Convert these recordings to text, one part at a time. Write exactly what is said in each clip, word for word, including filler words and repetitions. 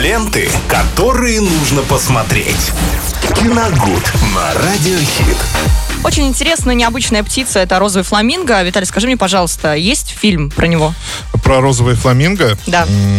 Ленты, которые нужно посмотреть. Киногуд на Радиохит. Очень интересная, необычная птица. Это розовый фламинго. Виталий, скажи мне, пожалуйста, есть фильм про него? Про розовый фламинго? Да.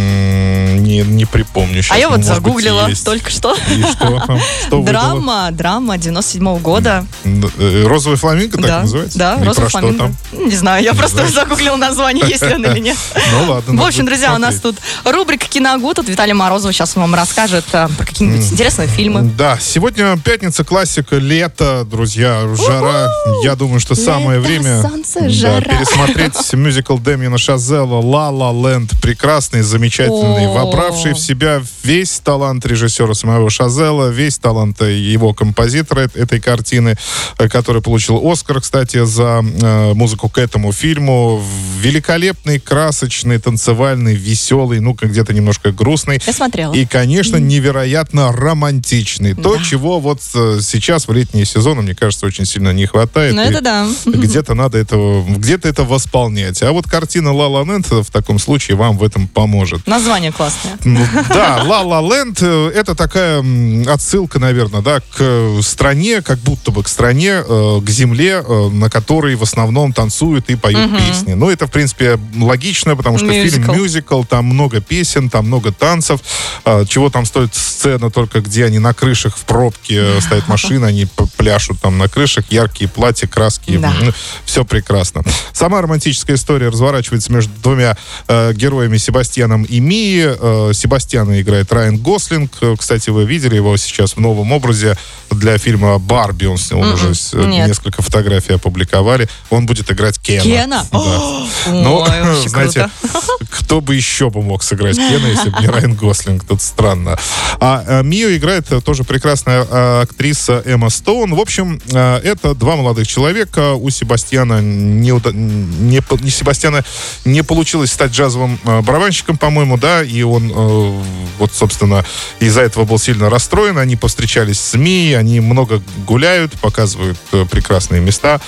М-м, не, не припомню сейчас. А я вот может загуглила быть, только что. И что? Что Драма, драма девяносто седьмого года. Розовый фламинго так Да, называется? да, И розовый про что фламинго. там? Не знаю, я Не просто знаешь? загуглила название, есть ли он или нет. Ну ладно. В надо общем, будет друзья, у нас посмотреть. тут рубрика «Киногуд». Тут Виталий Морозов сейчас вам расскажет а, про какие-нибудь интересные фильмы. Да, сегодня пятница, классика, лето, друзья, жара. Я думаю, что самое Лето, время солнце, да, жара. пересмотреть мюзикл Дэмиена Шазела «Ла Ла Ленд». Прекрасный, замечательный, О. вобравший в себя весь талант режиссера самого Шазела, весь талант его композитора эт- этой картины, э, который получил «Оскар», кстати, за э, музыку к этому фильму. Великолепный, красочный, танцевальный, веселый, ну-ка где-то немножко грустный. Я смотрела. И, конечно, невероятно романтичный. То, Да. чего вот э, сейчас в летние сезоны, мне кажется, очень сильно не хватает. Ну, И это да. Где-то надо этого, где-то это восполнять. А вот картина «Ла Ла Ленд» в таком случае вам в этом поможет. Название классное. Ну, да, «Ла Ла Ленд» — это такая м, отсылка, наверное, да, к э, стране, как будто бы к стране, э, к земле, э, на которой в основном танцуют и поют Мгм. песни. Ну, это, в принципе, логично, потому что Мюзикл. фильм мюзикл, там много песен, там много танцев. Э, чего там стоит сцена только, где они на крышах в пробке э, стоят машины, они п- пляшут там на крышах, яркие платья, краски, Да. ну, все прекрасно. Сама романтическая история разворачивается между двумя э, героями Себастьяном и Мией. Э, Себастьяна играет Райан Гослинг. Э, Кстати, вы видели его сейчас в новом образе для фильма «Барби». Он снял Мгм. уже с- Нет. несколько фотографий опубликовали. Он будет играть Кена. Кена? Да. Ой, Ну, вообще знаете, круто. кто бы еще бы мог сыграть Кена, если бы не Райан Гослинг? Тут странно. А э, Мию играет э, тоже прекрасная э, актриса Эмма Стоун. В общем, э, это два молодых человека. У Себастьяна не, уда- не, по- не Себастьяна не получилось стать джазовым э, барабанщиком, по-моему, да, и он э, вот, собственно, из-за этого был сильно расстроен. Они повстречались с Мией, они много гуляют, показывают э, прекрасные места.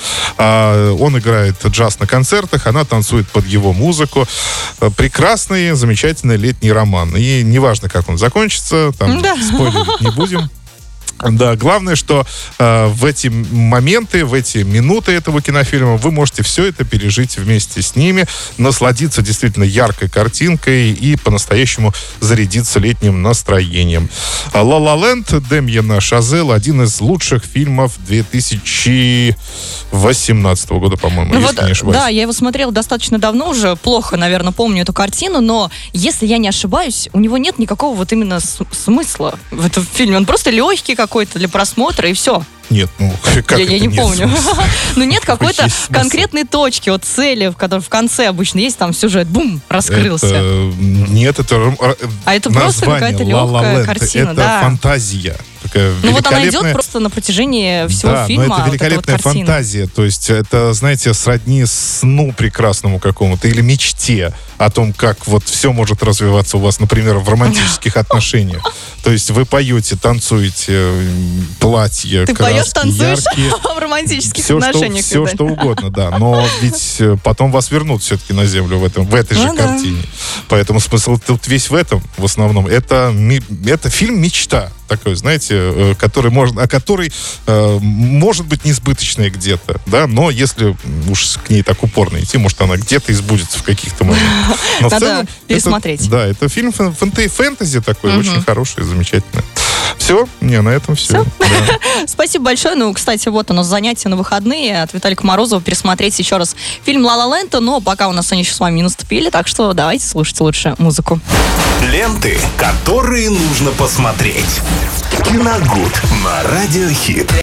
А, он играет джаз на концертах, она танцует под его музыку. Э, Прекрасный, замечательный летний роман. И неважно, как он закончится, там Да. спойлерить не будем. Да, главное, что э, в эти моменты, в эти минуты этого кинофильма вы можете все это пережить вместе с ними, насладиться действительно яркой картинкой и по-настоящему зарядиться летним настроением. «Ла Ла Ленд» Дэмиена Шазела — один из лучших фильмов две тысячи восемнадцатого года, по-моему, Ну если вот, не ошибаюсь. да, я его смотрела достаточно давно уже, плохо, наверное, помню эту картину, но если я не ошибаюсь, у него нет никакого вот именно с- смысла в этом фильме. Он просто легкий какой-то для просмотра, и все. Нет, ну, как Я, это я не нет помню. смысла? Но нет какой-то есть смысл? конкретной точки, вот цели, в которой в конце обычно есть там сюжет, бум, раскрылся. Это, нет, это р- р- А это просто название какая-то «Ла Ла легкая Ленд». картина, Это да. фантазия. Такая Ну вот она идет великолепная- просто на протяжении всего да, фильма. но это вот эта великолепная вот картина. фантазия. То есть это, знаете, сродни сну прекрасному какому-то или мечте о том, как вот все может развиваться у вас, например, в романтических отношениях. То есть вы поете, танцуете, м, платья, Ты краски, поешь, танцуешь яркие. в романтических Все, что, отношениях. все Виталий. что угодно, да. Но ведь э, потом вас вернут все-таки на землю в, этом, в этой же Ну да. картине. Поэтому смысл тут весь в этом, в основном. Это, ми- это фильм-мечта такой, знаете, э, который можно, о которой э, может быть несбыточная где-то, да, но если уж к ней так упорно идти, может, она где-то и сбудется в каких-то моментах. Но в Надо целом, это- пересмотреть. да, это фильм фэн- фэнте- фэнтези такой, Мгм. очень хороший, замечательный. Все, не, на этом все. Спасибо большое. Ну, кстати, вот у нас занятие на выходные от Виталия Морозова пересмотреть еще раз фильм «Ла Ла Ленд», но пока у нас они еще с вами не наступили, так что давайте слушать лучше музыку. Ленты, которые нужно посмотреть. Киногуд на Радиохит.